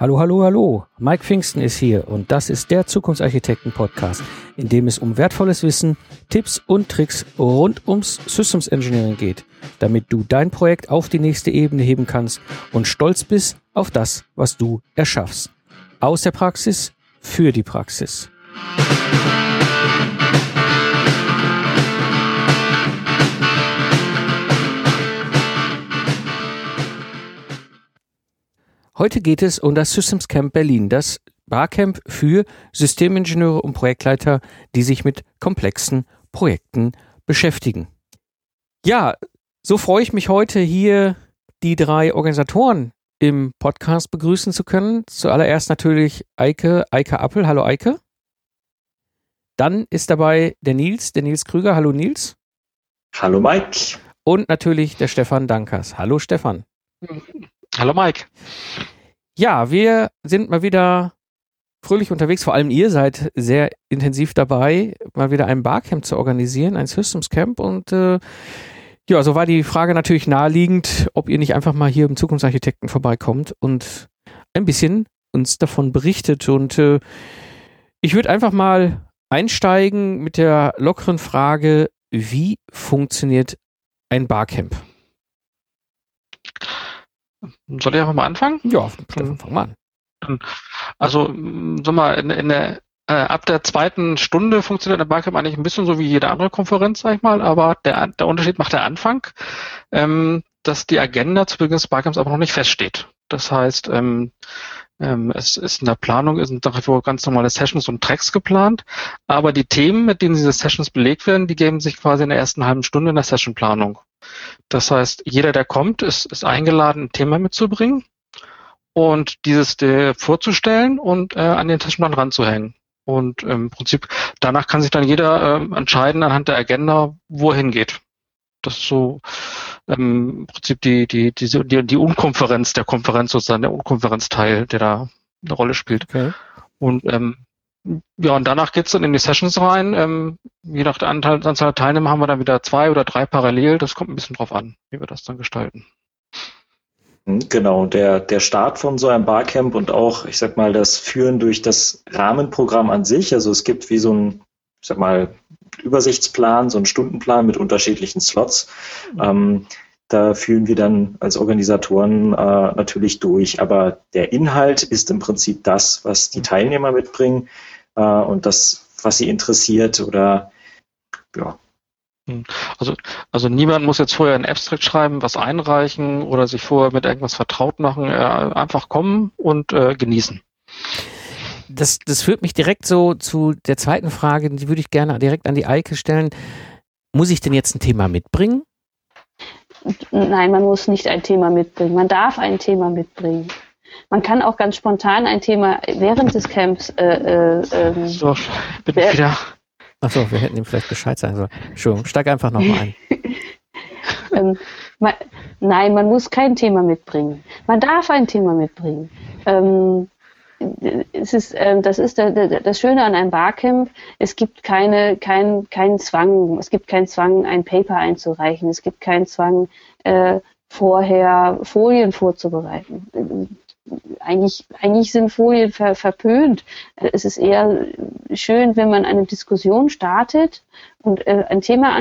Hallo, hallo, hallo. Mike Pfingsten ist hier und das ist der Zukunftsarchitekten-Podcast, in dem es um wertvolles Wissen, Tipps und Tricks rund ums Systems Engineering geht, damit du dein Projekt auf die nächste Ebene heben kannst und stolz bist auf das, was du erschaffst. Aus der Praxis für die Praxis. Heute geht es um das Systems Camp Berlin, das Barcamp für Systemingenieure und Projektleiter, die sich mit komplexen Projekten beschäftigen. Ja, so freue ich mich heute hier, die 3 Organisatoren im Podcast begrüßen zu können. Zuallererst natürlich Eike Appel. Hallo Eike. Dann ist dabei der Nils Krüger. Hallo Nils. Hallo Mike. Und natürlich der Stefan Dankers. Hallo Stefan. Hallo Mike. Ja, wir sind mal wieder fröhlich unterwegs. Vor allem ihr seid sehr intensiv dabei, mal wieder ein Barcamp zu organisieren, ein Systems Camp. Und ja, so war die Frage natürlich naheliegend, ob ihr nicht einfach mal hier im Zukunftsarchitekten vorbeikommt und ein bisschen uns davon berichtet. Und ich würde einfach mal einsteigen mit der lockeren Frage, wie funktioniert ein Barcamp? Soll ich einfach mal anfangen? Ja, Stefan, fang mal an. Also, sag mal, ab der 2. Stunde funktioniert der Barcamp eigentlich ein bisschen so wie jede andere Konferenz, sag ich mal, aber der Unterschied macht der Anfang, dass die Agenda zu Beginn des Barcamps aber noch nicht feststeht. Das heißt, es ist in der Planung, sind dafür ganz normale Sessions und Tracks geplant, aber die Themen, mit denen diese Sessions belegt werden, die geben sich quasi in der ersten halben Stunde in der Sessionplanung. Das heißt, jeder, der kommt, ist eingeladen, ein Thema mitzubringen und dieses vorzustellen und an den Sessionplan ranzuhängen. Und im Prinzip, danach kann sich dann jeder entscheiden anhand der Agenda, wo er hingeht. Das ist so im Prinzip die Unkonferenz der Konferenz sozusagen, der Unkonferenzteil, der da eine Rolle spielt. Okay. Und ja, und danach geht's dann in die Sessions rein. Je nach der Anzahl der Teilnehmer haben wir dann wieder 2 oder 3 parallel. Das kommt ein bisschen drauf an, wie wir das dann gestalten. Genau, der Start von so einem Barcamp und auch, ich sag mal, das Führen durch das Rahmenprogramm an sich. Also es gibt wie so ein, ich sag mal, Übersichtsplan, so einen Stundenplan mit unterschiedlichen Slots. Da führen wir dann als Organisatoren natürlich durch. Aber der Inhalt ist im Prinzip das, was die Teilnehmer mitbringen und das, was sie interessiert oder ja. Also niemand muss jetzt vorher ein Abstract schreiben, was einreichen oder sich vorher mit irgendwas vertraut machen. Einfach kommen und genießen. Das führt mich direkt so zu der zweiten Frage, die würde ich gerne direkt an die Eike stellen. Muss ich denn jetzt ein Thema mitbringen? Nein, man muss nicht ein Thema mitbringen. Man darf ein Thema mitbringen. Man kann auch ganz spontan ein Thema während des Camps So, bin ich wieder. Achso, wir hätten ihm vielleicht Bescheid sagen sollen. Entschuldigung, steig einfach nochmal ein. Nein, man muss kein Thema mitbringen. Man darf ein Thema mitbringen. Das ist das Schöne an einem Barcamp. Es gibt keinen Zwang. Es gibt keinen Zwang, ein Paper einzureichen. Es gibt keinen Zwang, vorher Folien vorzubereiten. Eigentlich sind Folien verpönt. Es ist eher schön, wenn man eine Diskussion startet und ein Thema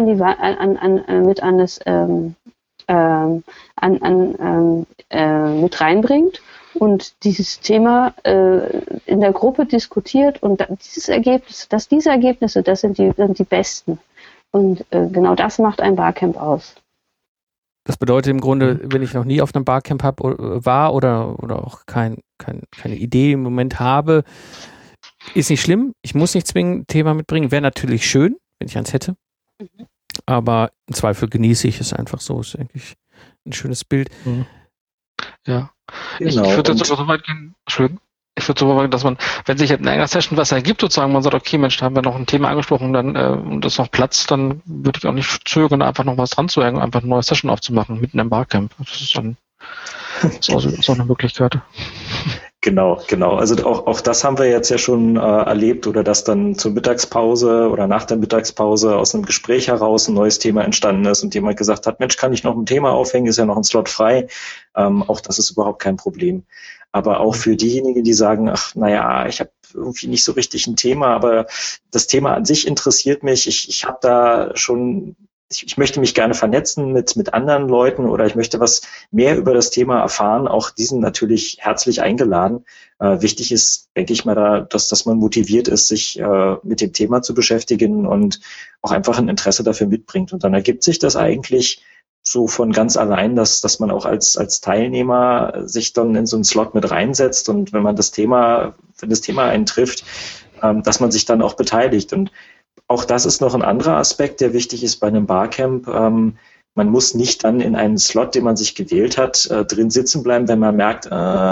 mit reinbringt und dieses Thema in der Gruppe diskutiert und diese Ergebnisse, das sind die besten. Und genau das macht ein Barcamp aus. Das bedeutet im Grunde, wenn ich noch nie auf einem Barcamp war oder auch keine Idee im Moment habe, ist nicht schlimm. Ich muss nicht zwingend ein Thema mitbringen. Wäre natürlich schön, wenn ich eins hätte. Aber im Zweifel genieße ich es einfach so. Ist eigentlich ein schönes Bild. Ja. Genau. Ich würde jetzt sogar so weit gehen, dass man, wenn sich in einer Session was ergibt, sozusagen, man sagt, okay, Mensch, da haben wir noch ein Thema angesprochen, dann und das noch Platz, dann würde ich auch nicht zögern, einfach noch was dran zu hängen, einfach eine neue Session aufzumachen, mitten im Barcamp. Das ist auch eine Möglichkeit. Genau. Also auch das haben wir jetzt ja schon erlebt oder dass dann zur Mittagspause oder nach der Mittagspause aus einem Gespräch heraus ein neues Thema entstanden ist und jemand gesagt hat, Mensch, kann ich noch ein Thema aufhängen, ist ja noch ein Slot frei. Auch das ist überhaupt kein Problem. Aber auch für diejenigen, die sagen, ach, naja, ich habe irgendwie nicht so richtig ein Thema, aber das Thema an sich interessiert mich. Ich habe da schon, ich möchte mich gerne vernetzen mit anderen Leuten oder ich möchte was mehr über das Thema erfahren. Auch diesen natürlich herzlich eingeladen. Wichtig ist, denke ich mal, dass man motiviert ist, sich mit dem Thema zu beschäftigen und auch einfach ein Interesse dafür mitbringt. Und dann ergibt sich das eigentlich so von ganz allein, dass man auch als Teilnehmer sich dann in so einen Slot mit reinsetzt und wenn das Thema einen trifft, dass man sich dann auch beteiligt. Und auch das ist noch ein anderer Aspekt, der wichtig ist bei einem Barcamp. Man muss nicht dann in einen Slot, den man sich gewählt hat, drin sitzen bleiben, wenn man merkt,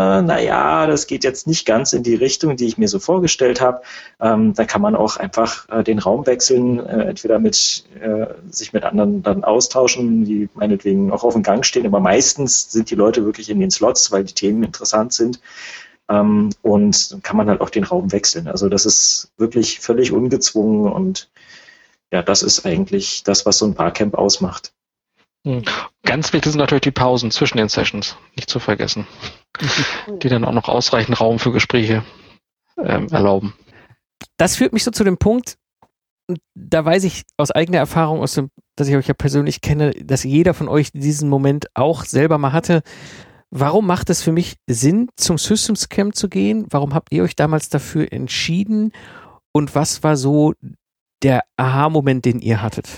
das geht jetzt nicht ganz in die Richtung, die ich mir so vorgestellt habe. Dann kann man auch einfach den Raum wechseln, entweder sich mit anderen dann austauschen, die meinetwegen auch auf dem Gang stehen. Aber meistens sind die Leute wirklich in den Slots, weil die Themen interessant sind. Und dann kann man halt auch den Raum wechseln. Also das ist wirklich völlig ungezwungen und ja, das ist eigentlich das, was so ein Barcamp ausmacht. Ganz wichtig sind natürlich die Pausen zwischen den Sessions, nicht zu vergessen, die dann auch noch ausreichend Raum für Gespräche erlauben. Das führt mich so zu dem Punkt, da weiß ich aus eigener Erfahrung, dass ich euch ja persönlich kenne, dass jeder von euch diesen Moment auch selber mal hatte. Warum macht es für mich Sinn, zum Systems Camp zu gehen? Warum habt ihr euch damals dafür entschieden? Und was war so der Aha-Moment, den ihr hattet?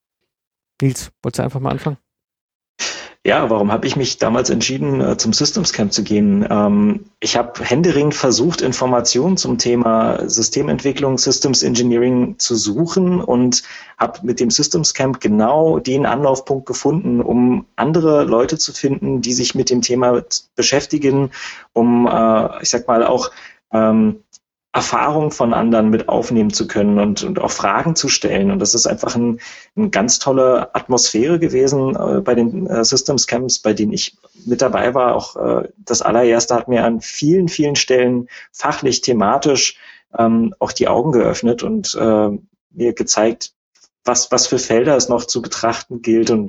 Nils, wolltest du einfach mal anfangen? Ja, warum habe ich mich damals entschieden, zum Systems Camp zu gehen? Ich habe händeringend versucht, Informationen zum Thema Systementwicklung, Systems Engineering zu suchen und habe mit dem Systems Camp genau den Anlaufpunkt gefunden, um andere Leute zu finden, die sich mit dem Thema beschäftigen, um, auch Erfahrung von anderen mit aufnehmen zu können und auch Fragen zu stellen. Und das ist einfach eine ganz tolle Atmosphäre gewesen bei den Systems Camps, bei denen ich mit dabei war. Auch das allererste hat mir an vielen, vielen Stellen fachlich, thematisch auch die Augen geöffnet und mir gezeigt, was für Felder es noch zu betrachten gilt und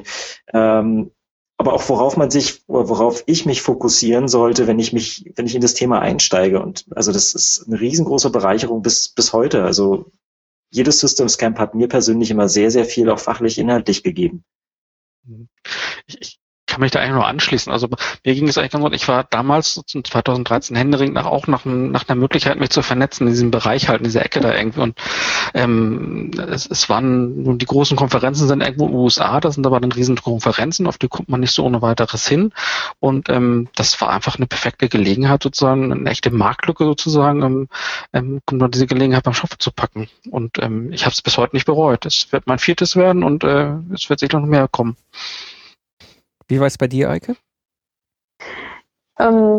aber auch worauf ich mich fokussieren sollte, wenn ich in das Thema einsteige. Und also das ist eine riesengroße Bereicherung bis heute. Also jedes Systems Camp hat mir persönlich immer sehr, sehr viel auch fachlich inhaltlich gegeben. Ich kann mich da eigentlich nur anschließen. Also mir ging es eigentlich ganz gut. Ich war damals 2013 händeringend nach einer Möglichkeit, mich zu vernetzen in diesem Bereich halt, in dieser Ecke da irgendwie. Und es waren nun die großen Konferenzen sind irgendwo in den USA, das sind aber dann riesen Konferenzen, auf die kommt man nicht so ohne weiteres hin. Und das war einfach eine perfekte Gelegenheit, sozusagen, eine echte Marktlücke sozusagen, diese Gelegenheit beim Schopf zu packen. Und ich habe es bis heute nicht bereut. Es wird mein 4. werden und es wird sicher noch mehr kommen. Wie war es bei dir, Eike? Ob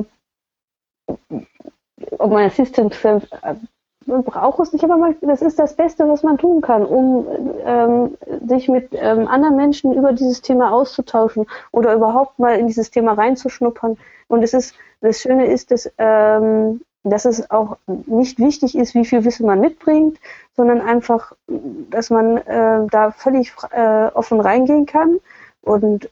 man Systems man braucht es nicht, aber das ist das Beste, was man tun kann, um sich mit anderen Menschen über dieses Thema auszutauschen oder überhaupt mal in dieses Thema reinzuschnuppern. Und das Schöne ist, dass es auch nicht wichtig ist, wie viel Wissen man mitbringt, sondern einfach, dass man da völlig offen reingehen kann. Und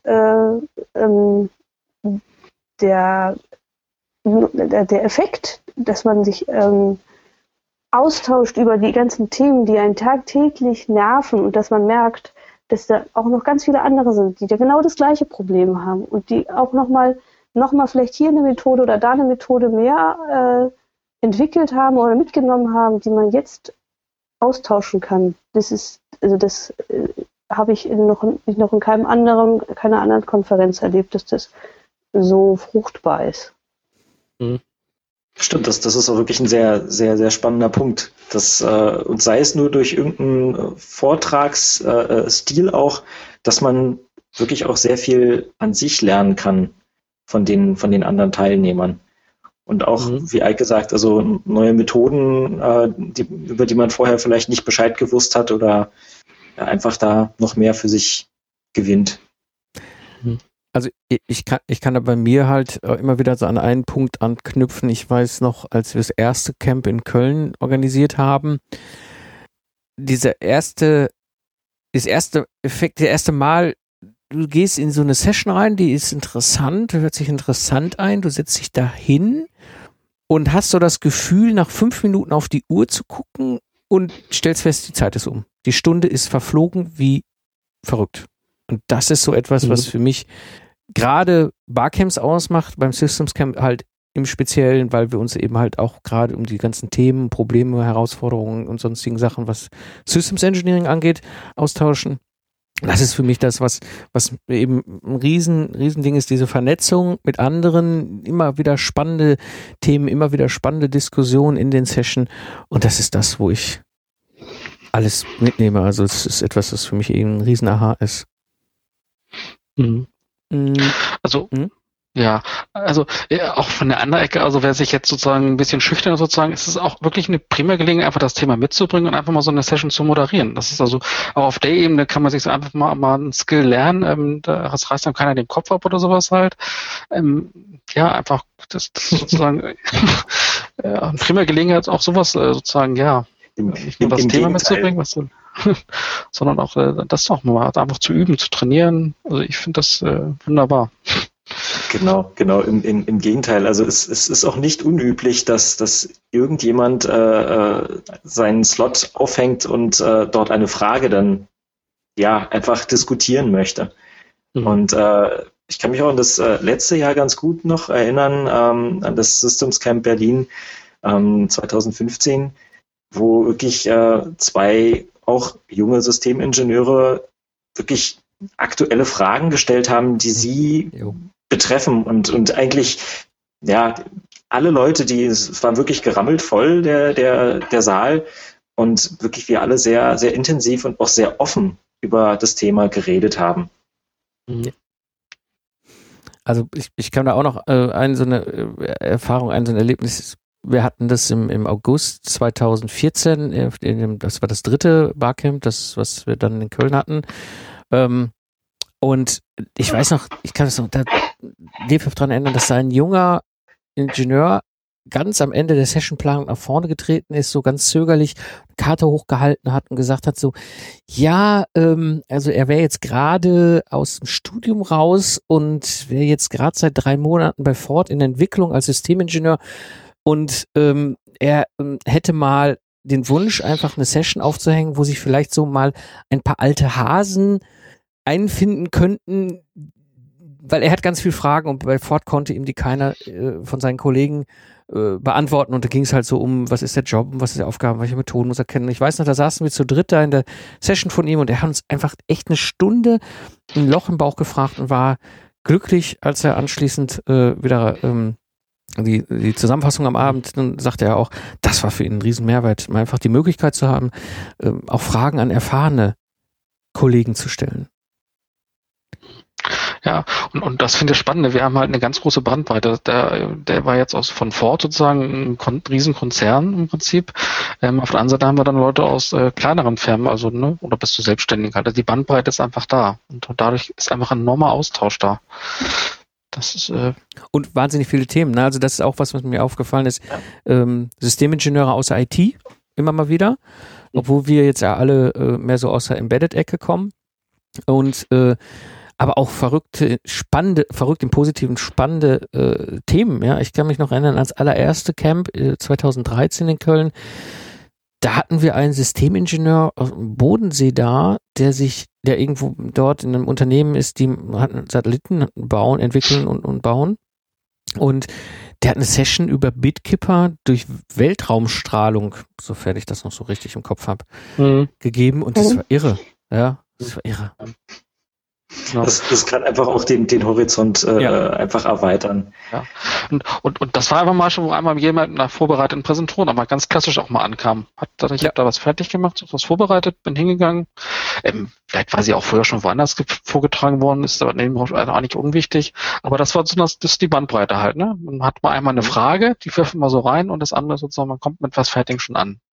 der Effekt, dass man sich austauscht über die ganzen Themen, die einen tagtäglich nerven und dass man merkt, dass da auch noch ganz viele andere sind, die da genau das gleiche Problem haben und die auch noch mal vielleicht hier eine Methode oder da eine Methode mehr entwickelt haben oder mitgenommen haben, die man jetzt austauschen kann. Das habe ich noch in keiner anderen Konferenz erlebt, dass das so fruchtbar ist. Stimmt, das ist auch wirklich ein sehr, sehr, sehr spannender Punkt. Und sei es nur durch irgendeinen Vortragsstil auch, dass man wirklich auch sehr viel an sich lernen kann von den anderen Teilnehmern. Und auch, wie Eike sagt, also neue Methoden, über die man vorher vielleicht nicht Bescheid gewusst hat oder einfach da noch mehr für sich gewinnt. Also ich kann da bei mir halt immer wieder so an einen Punkt anknüpfen. Ich weiß noch, als wir das erste Camp in Köln organisiert haben, das erste Effekt, der erste Mal, du gehst in so eine Session rein, die ist interessant, hört sich interessant ein, du setzt dich da hin und hast so das Gefühl, nach 5 Minuten auf die Uhr zu gucken und stellst fest, die Zeit ist um. Die Stunde ist verflogen wie verrückt. Und das ist so etwas, was für mich gerade Barcamps ausmacht, beim Systems Camp halt im Speziellen, weil wir uns eben halt auch gerade um die ganzen Themen, Probleme, Herausforderungen und sonstigen Sachen, was Systems Engineering angeht, austauschen. Das ist für mich das, was eben ein Riesending ist, diese Vernetzung mit anderen, immer wieder spannende Themen, immer wieder spannende Diskussionen in den Sessions. Und das ist das, wo ich alles mitnehme. Also es ist etwas, das für mich eben ein Riesen-Aha ist. Also, ja, also auch von der anderen Ecke, also wer sich jetzt sozusagen ein bisschen schüchtern sozusagen, ist es auch wirklich eine prima Gelegenheit, einfach das Thema mitzubringen und einfach mal so eine Session zu moderieren. Das ist also, auch auf der Ebene kann man sich so einfach mal einen Skill lernen, das reißt dann keiner den Kopf ab oder sowas halt. Ja, einfach, das sozusagen eine prima Gelegenheit, auch sowas sozusagen, ja, nicht nur das Thema mitzubringen, sondern auch das auch mal einfach zu üben, zu trainieren. Also ich finde das wunderbar. Genau. Im Gegenteil. Also es ist auch nicht unüblich, dass irgendjemand seinen Slot aufhängt und dort eine Frage dann einfach diskutieren möchte. Und ich kann mich auch an das letzte Jahr ganz gut noch erinnern, an das Systems Camp Berlin 2015, wo wirklich 2 auch junge Systemingenieure wirklich aktuelle Fragen gestellt haben, die sie betreffen und eigentlich, alle Leute, es war wirklich gerammelt voll, der Saal, und wirklich wir alle sehr, sehr intensiv und auch sehr offen über das Thema geredet haben. Also ich kann da auch noch so eine Erfahrung, so ein Erlebnis. Wir hatten das im August 2014, das war das 3. Barcamp, was wir dann in Köln hatten. Und ich weiß noch, ich kann es noch lebhaft daran erinnern, dass da ein junger Ingenieur ganz am Ende der Sessionplanung nach vorne getreten ist, so ganz zögerlich Karte hochgehalten hat und gesagt hat so, also er wäre jetzt gerade aus dem Studium raus und wäre jetzt gerade seit 3 Monaten bei Ford in der Entwicklung als Systemingenieur. Und er hätte mal den Wunsch, einfach eine Session aufzuhängen, wo sich vielleicht so mal ein paar alte Hasen einfinden könnten, weil er hat ganz viele Fragen und bei Ford konnte ihm die keiner von seinen Kollegen beantworten. Und da ging es halt so um, was ist der Job, was ist die Aufgabe, welche Methoden muss er kennen. Ich weiß noch, da saßen wir zu dritt da in der Session von ihm und er hat uns einfach echt eine Stunde ein Loch im Bauch gefragt und war glücklich, als er anschließend wieder die Zusammenfassung am Abend, dann sagte er auch, das war für ihn ein riesen Mehrwert, mal einfach die Möglichkeit zu haben, auch Fragen an erfahrene Kollegen zu stellen. Ja, und das finde ich spannend. Wir haben halt eine ganz große Bandbreite. Der war jetzt von Ford sozusagen ein Riesenkonzern im Prinzip. Auf der anderen Seite haben wir dann Leute aus kleineren Firmen, also oder bist du selbstständig halt. Also die Bandbreite ist einfach da. Und dadurch ist einfach ein enormer Austausch da. Das ist und wahnsinnig viele Themen. Ne? Also das ist auch was mir aufgefallen ist. Systemingenieure aus der IT immer mal wieder, obwohl wir jetzt ja alle mehr so aus der Embedded-Ecke kommen. Und aber auch verrückt im Positiven spannende Themen. Ja, ich kann mich noch erinnern, als allererste Camp 2013 in Köln, da hatten wir einen Systemingenieur aus dem Bodensee da, der irgendwo dort in einem Unternehmen ist, die Satelliten entwickeln und bauen. Und der hat eine Session über Bitkipper durch Weltraumstrahlung, sofern ich das noch so richtig im Kopf habe, gegeben. Und das war irre. Ja, das war irre. Das kann einfach auch den Horizont einfach erweitern. Ja. Und das war einfach mal schon, wo einmal jemand nach vorbereiteten Präsentation aber ganz klassisch auch mal ankam. Ich habe da was fertig gemacht, was vorbereitet, bin hingegangen. Vielleicht war sie auch vorher schon woanders vorgetragen worden, ist aber auch nicht unwichtig. Aber das war so, das ist die Bandbreite halt. Ne? Man hat mal einmal eine Frage, die wirft man so rein und das andere sozusagen, man kommt mit was Fertigem schon an.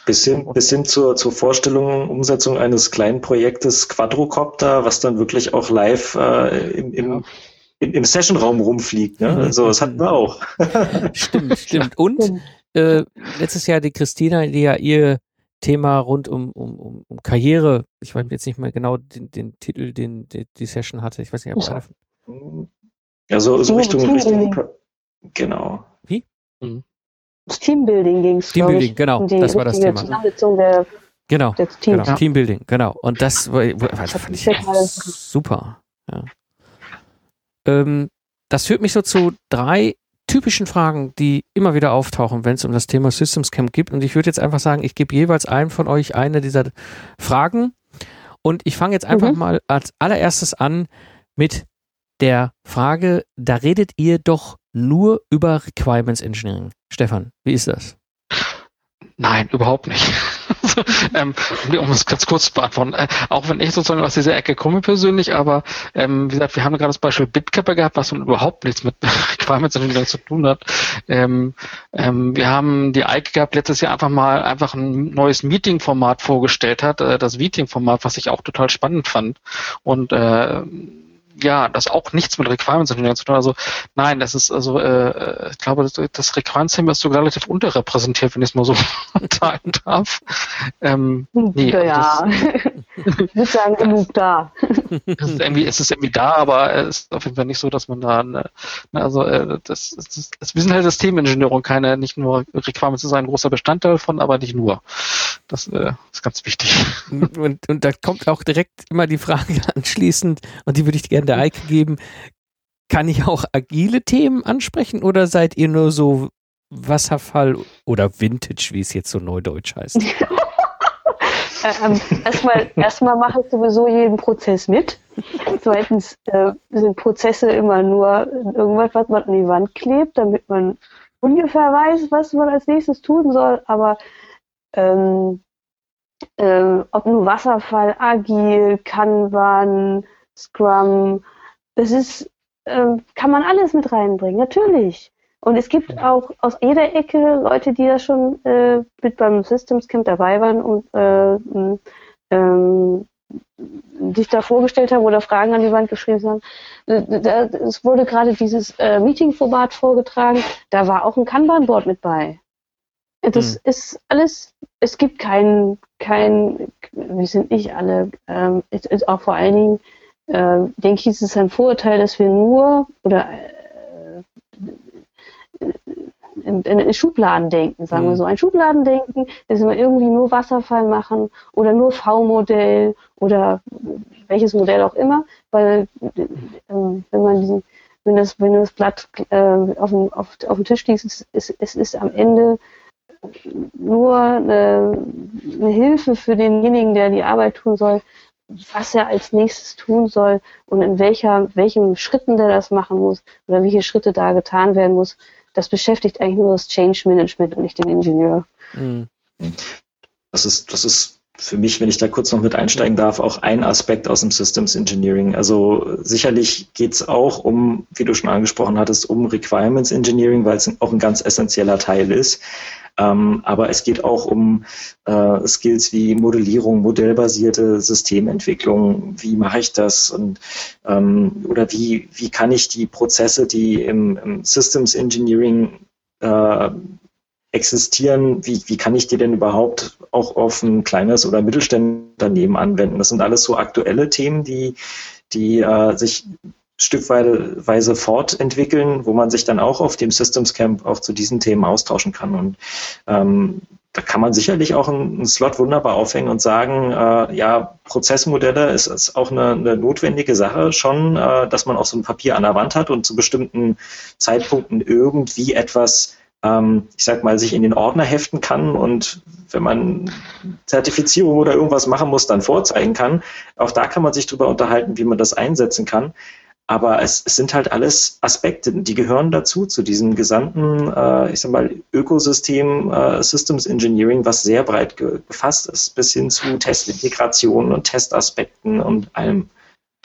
Bis hin zur Vorstellung, Umsetzung eines kleinen Projektes Quadrocopter, was dann wirklich auch live im Sessionraum rumfliegt. Ne? Also das hatten wir auch. Stimmt. Und letztes Jahr die Christina, die ja ihr Thema rund um Karriere, ich weiß jetzt nicht mehr genau den Titel, den die Session hatte. Ich weiß nicht, ob einer. Ja, so Richtung genau. Wie? Das Teambuilding ging es. Teambuilding, genau. Das war das Thema. Zusammensetzung des Teams. Genau. Ja. Teambuilding, genau. Und das fand ich super. Ja. Das führt mich so zu 3 typischen Fragen, die immer wieder auftauchen, wenn es um das Thema Systems Camp geht. Und ich würde jetzt einfach sagen, ich gebe jeweils einem von euch eine dieser Fragen. Und ich fange jetzt einfach mal als allererstes an mit der Frage, da redet ihr doch nur über Requirements Engineering. Stefan, wie ist das? Nein, überhaupt nicht. Um es ganz kurz zu beantworten, auch wenn ich sozusagen aus dieser Ecke komme persönlich, aber wie gesagt, wir haben gerade das Beispiel Bitcapper gehabt, was nun überhaupt nichts mit Requirements Engineering zu tun hat. Wir haben die Eike gehabt, letztes Jahr einfach ein neues Meeting-Format vorgestellt hat, das Meeting-Format, was ich auch total spannend fand. Und das auch nichts mit Requirements Engineering zu tun. Also nein, das ist ich glaube, das Requirements Engineering ist sogar relativ unterrepräsentiert, wenn ich es mal so sagen darf. Ich würde sagen, genug da. Es ist irgendwie da, aber es ist auf jeden Fall nicht so, dass man da wir sind halt Systemingenieure und nicht nur Requirements ist ein großer Bestandteil davon, aber nicht nur. Das ist ganz wichtig. Und da kommt auch direkt immer die Frage anschließend, und die würde ich gerne der Eike geben, kann ich auch agile Themen ansprechen oder seid ihr nur so Wasserfall oder Vintage, wie es jetzt so neudeutsch heißt? Erstmal mache ich sowieso jeden Prozess mit. Zweitens sind Prozesse immer nur irgendwas, was man an die Wand klebt, damit man ungefähr weiß, was man als nächstes tun soll, aber ob nur Wasserfall, Agil, Kanban, Scrum, das ist, kann man alles mit reinbringen, natürlich. Und es gibt auch aus jeder Ecke Leute, die da schon mit beim Systems Camp dabei waren und sich da vorgestellt haben oder Fragen an die Wand geschrieben haben. Es wurde gerade dieses Meeting-Format vorgetragen, da war auch ein Kanban-Board mit bei. Das ist alles, es gibt wir sind nicht alle, auch vor allen Dingen, denke ich, es ist ein Vorurteil, dass wir nur oder in Schubladen denken, sagen wir so. Ein Schubladendenken, dass wir irgendwie nur Wasserfall machen oder nur V-Modell oder welches Modell auch immer, weil wenn das Blatt auf dem Tisch liegt, es ist am Ende nur eine Hilfe für denjenigen, der die Arbeit tun soll, was er als nächstes tun soll und in welchen Schritten der das machen muss oder welche Schritte da getan werden muss. Das beschäftigt eigentlich nur das Change Management und nicht den Ingenieur. Das ist für mich, wenn ich da kurz noch mit einsteigen darf, auch ein Aspekt aus dem Systems Engineering. Also sicherlich geht es auch um, wie du schon angesprochen hattest, um Requirements Engineering, weil es auch ein ganz essentieller Teil ist. Aber es geht auch um Skills wie Modellierung, modellbasierte Systementwicklung. Wie mache ich das? Und oder wie kann ich die Prozesse, die im Systems Engineering existieren, wie kann ich die denn überhaupt auch auf ein kleines oder mittelständisches Unternehmen anwenden? Das sind alles so aktuelle Themen, die sich stückweise fortentwickeln, wo man sich dann auch auf dem Systems Camp auch zu diesen Themen austauschen kann. Und da kann man sicherlich auch einen Slot wunderbar aufhängen und sagen, Prozessmodelle ist auch eine notwendige Sache schon, dass man auch so ein Papier an der Wand hat und zu bestimmten Zeitpunkten irgendwie etwas sich in den Ordner heften kann und wenn man Zertifizierung oder irgendwas machen muss, dann vorzeigen kann. Auch da kann man sich drüber unterhalten, wie man das einsetzen kann. Aber es sind halt alles Aspekte, die gehören dazu, zu diesem gesamten, Ökosystem Systems Engineering, was sehr breit gefasst ist, bis hin zu Testintegration und Testaspekten und allem.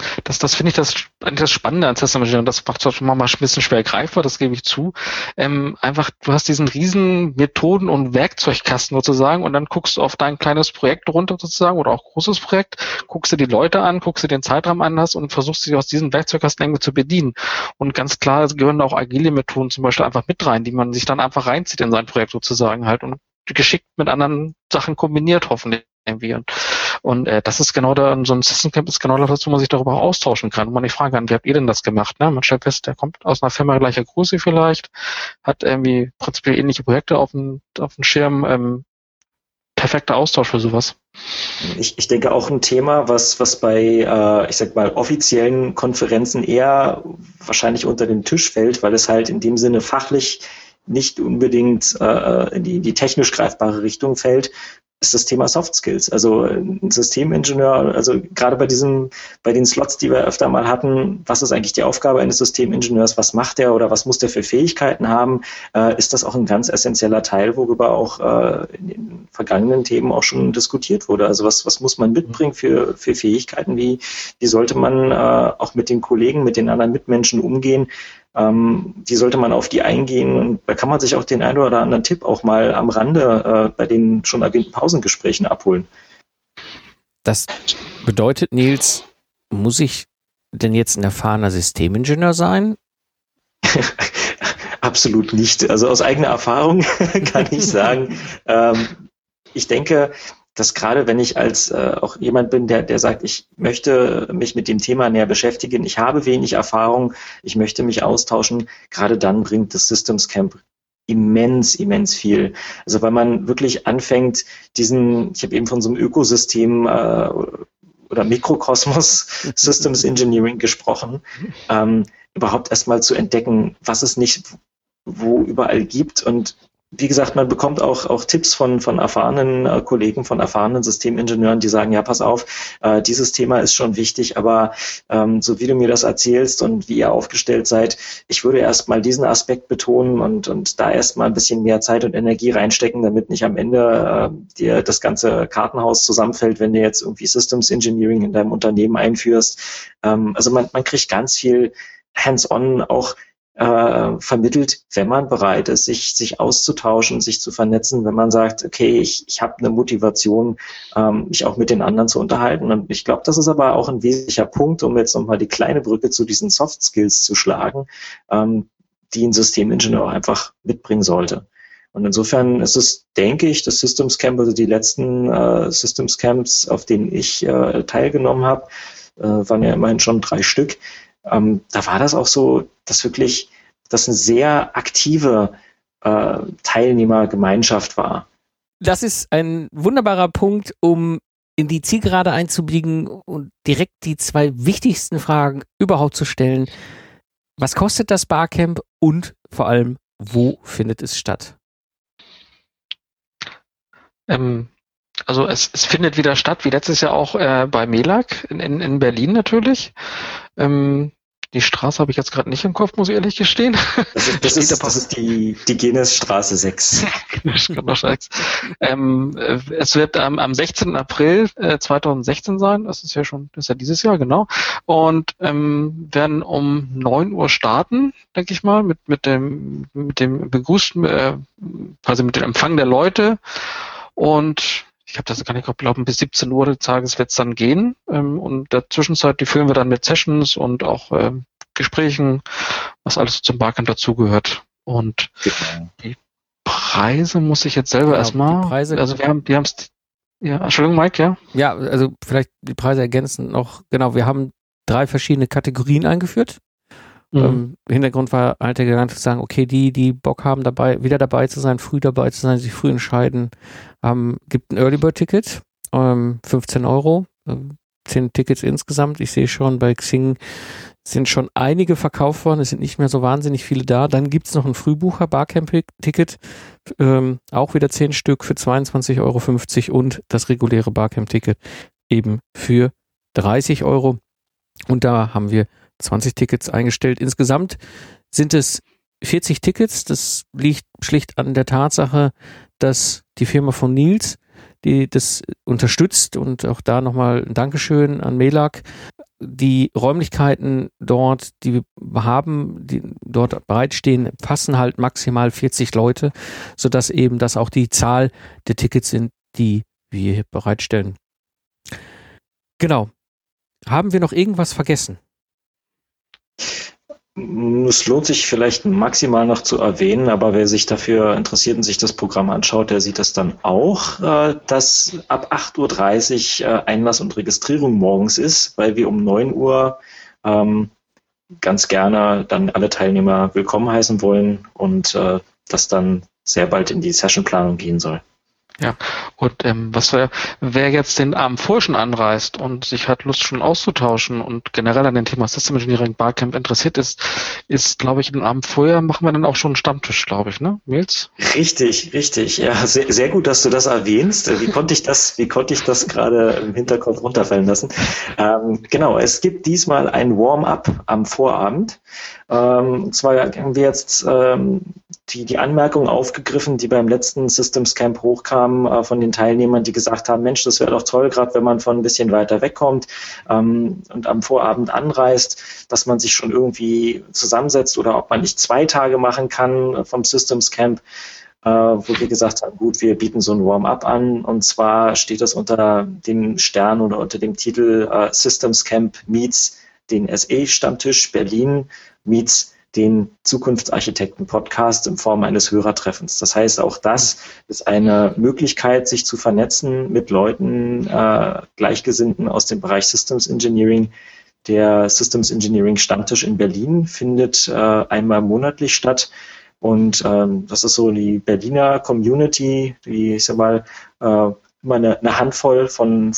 Das finde ich eigentlich das Spannende an System Engineering. Das macht es mal ein bisschen schwer greifbar, das gebe ich zu. Einfach, du hast diesen riesen Methoden- und Werkzeugkasten sozusagen und dann guckst du auf dein kleines Projekt runter sozusagen oder auch großes Projekt, guckst dir die Leute an, guckst dir den Zeitraum an und versuchst dich aus diesem Werkzeugkasten irgendwie zu bedienen. Und ganz klar gehören da auch agile Methoden zum Beispiel einfach mit rein, die man sich dann einfach reinzieht in sein Projekt sozusagen halt und geschickt mit anderen Sachen kombiniert hoffentlich irgendwie. Und das ist genau so ein System Camp ist genau das, wo man sich darüber auch austauschen kann, wo man nicht fragen kann, wie habt ihr denn das gemacht? Ne? Man stellt fest, der kommt aus einer Firma gleicher Größe vielleicht, hat irgendwie prinzipiell ähnliche Projekte auf dem Schirm, perfekter Austausch für sowas. Ich denke auch ein Thema, was bei, ich sag mal, offiziellen Konferenzen eher wahrscheinlich unter den Tisch fällt, weil es halt in dem Sinne fachlich nicht unbedingt in die technisch greifbare Richtung fällt, ist das Thema Soft Skills. Also ein Systemingenieur, also gerade bei den Slots, die wir öfter mal hatten, was ist eigentlich die Aufgabe eines Systemingenieurs, was macht der oder was muss der für Fähigkeiten haben, ist das auch ein ganz essentieller Teil, worüber auch in den vergangenen Themen auch schon diskutiert wurde. Also was muss man mitbringen für Fähigkeiten, wie sollte man auch mit den Kollegen, mit den anderen Mitmenschen umgehen, wie sollte man auf die eingehen, und da kann man sich auch den einen oder anderen Tipp auch mal am Rande bei den schon erwähnten Pausengesprächen abholen. Das bedeutet, Nils, muss ich denn jetzt ein erfahrener Systemingenieur sein? Absolut nicht. Also aus eigener Erfahrung kann ich sagen, ich denke, dass gerade wenn ich als auch jemand bin, der sagt, ich möchte mich mit dem Thema näher beschäftigen, ich habe wenig Erfahrung, ich möchte mich austauschen, gerade dann bringt das Systems Camp immens viel. Also weil man wirklich anfängt, ich habe eben von so einem Ökosystem oder Mikrokosmos Systems Engineering gesprochen, überhaupt erstmal zu entdecken, was es nicht wo überall gibt. Und wie gesagt, man bekommt auch Tipps von erfahrenen Kollegen, von erfahrenen Systemingenieuren, die sagen, ja, pass auf, dieses Thema ist schon wichtig, aber so wie du mir das erzählst und wie ihr aufgestellt seid, ich würde erstmal diesen Aspekt betonen und da erstmal ein bisschen mehr Zeit und Energie reinstecken, damit nicht am Ende dir das ganze Kartenhaus zusammenfällt, wenn du jetzt irgendwie Systems Engineering in deinem Unternehmen einführst. Also man kriegt ganz viel hands-on auch vermittelt, wenn man bereit ist, sich auszutauschen, sich zu vernetzen, wenn man sagt, okay, ich habe eine Motivation, mich auch mit den anderen zu unterhalten. Und ich glaube, das ist aber auch ein wesentlicher Punkt, um jetzt nochmal die kleine Brücke zu diesen Soft Skills zu schlagen, die ein Systemingenieur einfach mitbringen sollte. Und insofern ist es, denke ich, das Systems Camp, also die letzten Systems Camps, auf denen ich teilgenommen habe, waren ja immerhin schon 3 Stück. Da war das auch so, dass wirklich das eine sehr aktive Teilnehmergemeinschaft war. Das ist ein wunderbarer Punkt, um in die Zielgerade einzubiegen und direkt die 2 wichtigsten Fragen überhaupt zu stellen. Was kostet das Barcamp und vor allem, wo findet es statt? Also es findet wieder statt, wie letztes Jahr auch bei MELAG in Berlin natürlich. Die Straße habe ich jetzt gerade nicht im Kopf, muss ich ehrlich gestehen. Das ist die Guinness-Straße 6. Es wird am 16. April 2016 sein. Das ist ja dieses Jahr, genau. Und werden um 9 Uhr starten, denke ich mal, mit dem Begrüßen, quasi mit dem Empfang der Leute. Und ich habe das gar nicht glauben, bis 17 Uhr des Tages wird es dann gehen. Und in der Zwischenzeit, die füllen wir dann mit Sessions und auch Gesprächen, was alles zum Barcamp dazugehört. Und die Preise muss ich jetzt selber erstmal. Also wir haben es. Ja, Entschuldigung, Mike, ja? Ja, also vielleicht die Preise ergänzen noch. Genau, wir haben 3 verschiedene Kategorien eingeführt. Hintergrund war halt der Gedanke zu sagen, okay, die Bock haben, wieder dabei zu sein, früh dabei zu sein, sich früh entscheiden, gibt ein Early Bird Ticket, 15 €, 10 Tickets insgesamt. Ich sehe schon, bei Xing sind schon einige verkauft worden, es sind nicht mehr so wahnsinnig viele da. Dann gibt es noch ein Frühbucher Barcamp-Ticket, auch wieder 10 Stück für 22,50 € und das reguläre Barcamp-Ticket eben für 30 €. Und da haben wir 20 Tickets eingestellt. Insgesamt sind es 40 Tickets. Das liegt schlicht an der Tatsache, dass die Firma von Nils die das unterstützt, und auch da nochmal ein Dankeschön an Melak. Die Räumlichkeiten dort, die wir haben, die dort bereitstehen, passen halt maximal 40 Leute, sodass eben das auch die Zahl der Tickets sind, die wir hier bereitstellen. Genau. Haben wir noch irgendwas vergessen? Es lohnt sich vielleicht maximal noch zu erwähnen, aber wer sich dafür interessiert und sich das Programm anschaut, der sieht das dann auch, dass ab 8.30 Uhr Einlass und Registrierung morgens ist, weil wir um 9 Uhr ganz gerne dann alle Teilnehmer willkommen heißen wollen und das dann sehr bald in die Sessionplanung gehen soll. Ja, und wer jetzt den Abend vorher schon anreist und sich hat Lust schon auszutauschen und generell an dem Thema System Engineering Barcamp interessiert ist, glaube ich, den Abend vorher machen wir dann auch schon einen Stammtisch, glaube ich, ne, Nils? Richtig. Ja, sehr gut, dass du das erwähnst. Wie konnte ich das gerade im Hinterkopf runterfallen lassen? Genau, es gibt diesmal ein Warm-up am Vorabend. Und zwar haben wir jetzt die Anmerkungen aufgegriffen, die beim letzten Systems Camp hochkamen von den Teilnehmern, die gesagt haben, Mensch, das wäre doch toll, gerade wenn man von ein bisschen weiter wegkommt und am Vorabend anreist, dass man sich schon irgendwie zusammensetzt oder ob man nicht 2 Tage machen kann vom Systems Camp, wo wir gesagt haben, gut, wir bieten so ein Warm-up an, und zwar steht das unter dem Stern oder unter dem Titel Systems Camp meets den SE-Stammtisch Berlin meets den Zukunftsarchitekten-Podcast in Form eines Hörertreffens. Das heißt, auch das ist eine Möglichkeit, sich zu vernetzen mit Leuten, Gleichgesinnten aus dem Bereich Systems Engineering. Der Systems Engineering Stammtisch in Berlin findet einmal monatlich statt. Und das ist so die Berliner Community, die, ich sag mal, immer eine Handvoll von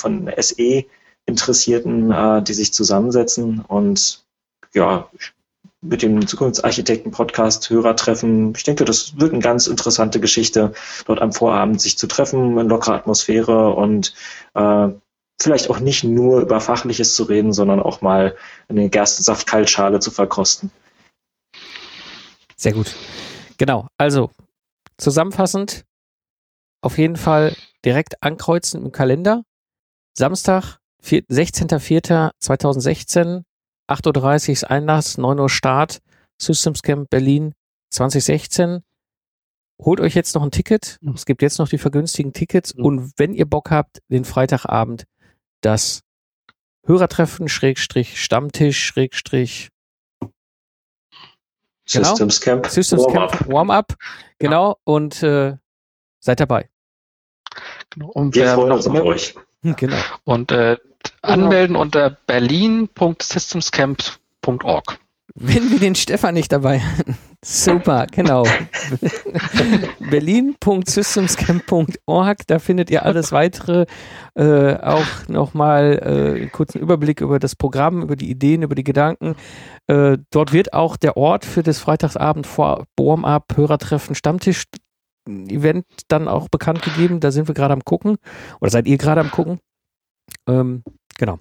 SE-Interessierten, die sich zusammensetzen und ja, mit dem Zukunftsarchitekten-Podcast Hörertreffen. Ich denke, das wird eine ganz interessante Geschichte, dort am Vorabend sich zu treffen, in lockerer Atmosphäre und vielleicht auch nicht nur über Fachliches zu reden, sondern auch mal eine Gerstensaft-Kaltschale zu verkosten. Sehr gut. Genau, also zusammenfassend auf jeden Fall direkt ankreuzen im Kalender. Samstag, 16.04.2016, 8.30 Uhr ist Einlass, 9 Uhr Start, Systems Camp Berlin 2016. Holt euch jetzt noch ein Ticket. Es gibt jetzt noch die vergünstigten Tickets. Und wenn ihr Bock habt, den Freitagabend das Hörertreffen, Stammtisch, Systems Camp Warm-up. Genau. Und seid dabei. Und wir freuen uns auf euch. Genau. Und anmelden unter berlin.systemscamp.org. Wenn wir den Stefan nicht dabei hatten. Super, genau. berlin.systemscamp.org, da findet ihr alles weitere, auch nochmal einen kurzen Überblick über das Programm, über die Ideen, über die Gedanken. Dort wird auch der Ort für das Freitagsabend vor Warm-up, Hörertreffen, Stammtisch Event dann auch bekannt gegeben. Da sind wir gerade am gucken. Oder seid ihr gerade am gucken? Genau.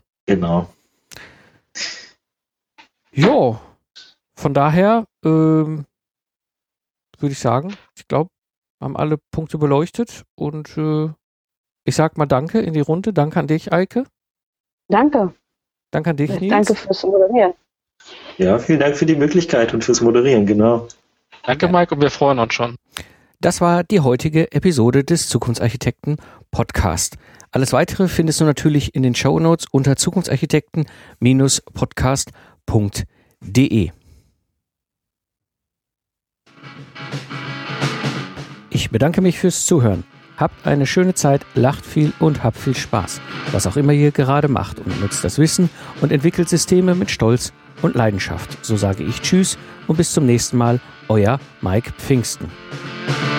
Jo, von daher würde ich sagen, ich glaube, wir haben alle Punkte beleuchtet und ich sag mal danke in die Runde. Danke an dich, Eike. Danke. Danke an dich, Nils. Danke fürs Moderieren. Ja, vielen Dank für die Möglichkeit und fürs Moderieren, genau. Danke, Mike, und wir freuen uns schon. Das war die heutige Episode des Zukunftsarchitekten Podcast. Alles weitere findest du natürlich in den Shownotes unter zukunftsarchitekten-podcast.de. Ich bedanke mich fürs Zuhören. Habt eine schöne Zeit, lacht viel und habt viel Spaß. Was auch immer ihr gerade macht, und nutzt das Wissen und entwickelt Systeme mit Stolz und Leidenschaft. So sage ich Tschüss und bis zum nächsten Mal, euer Mike Pfingsten.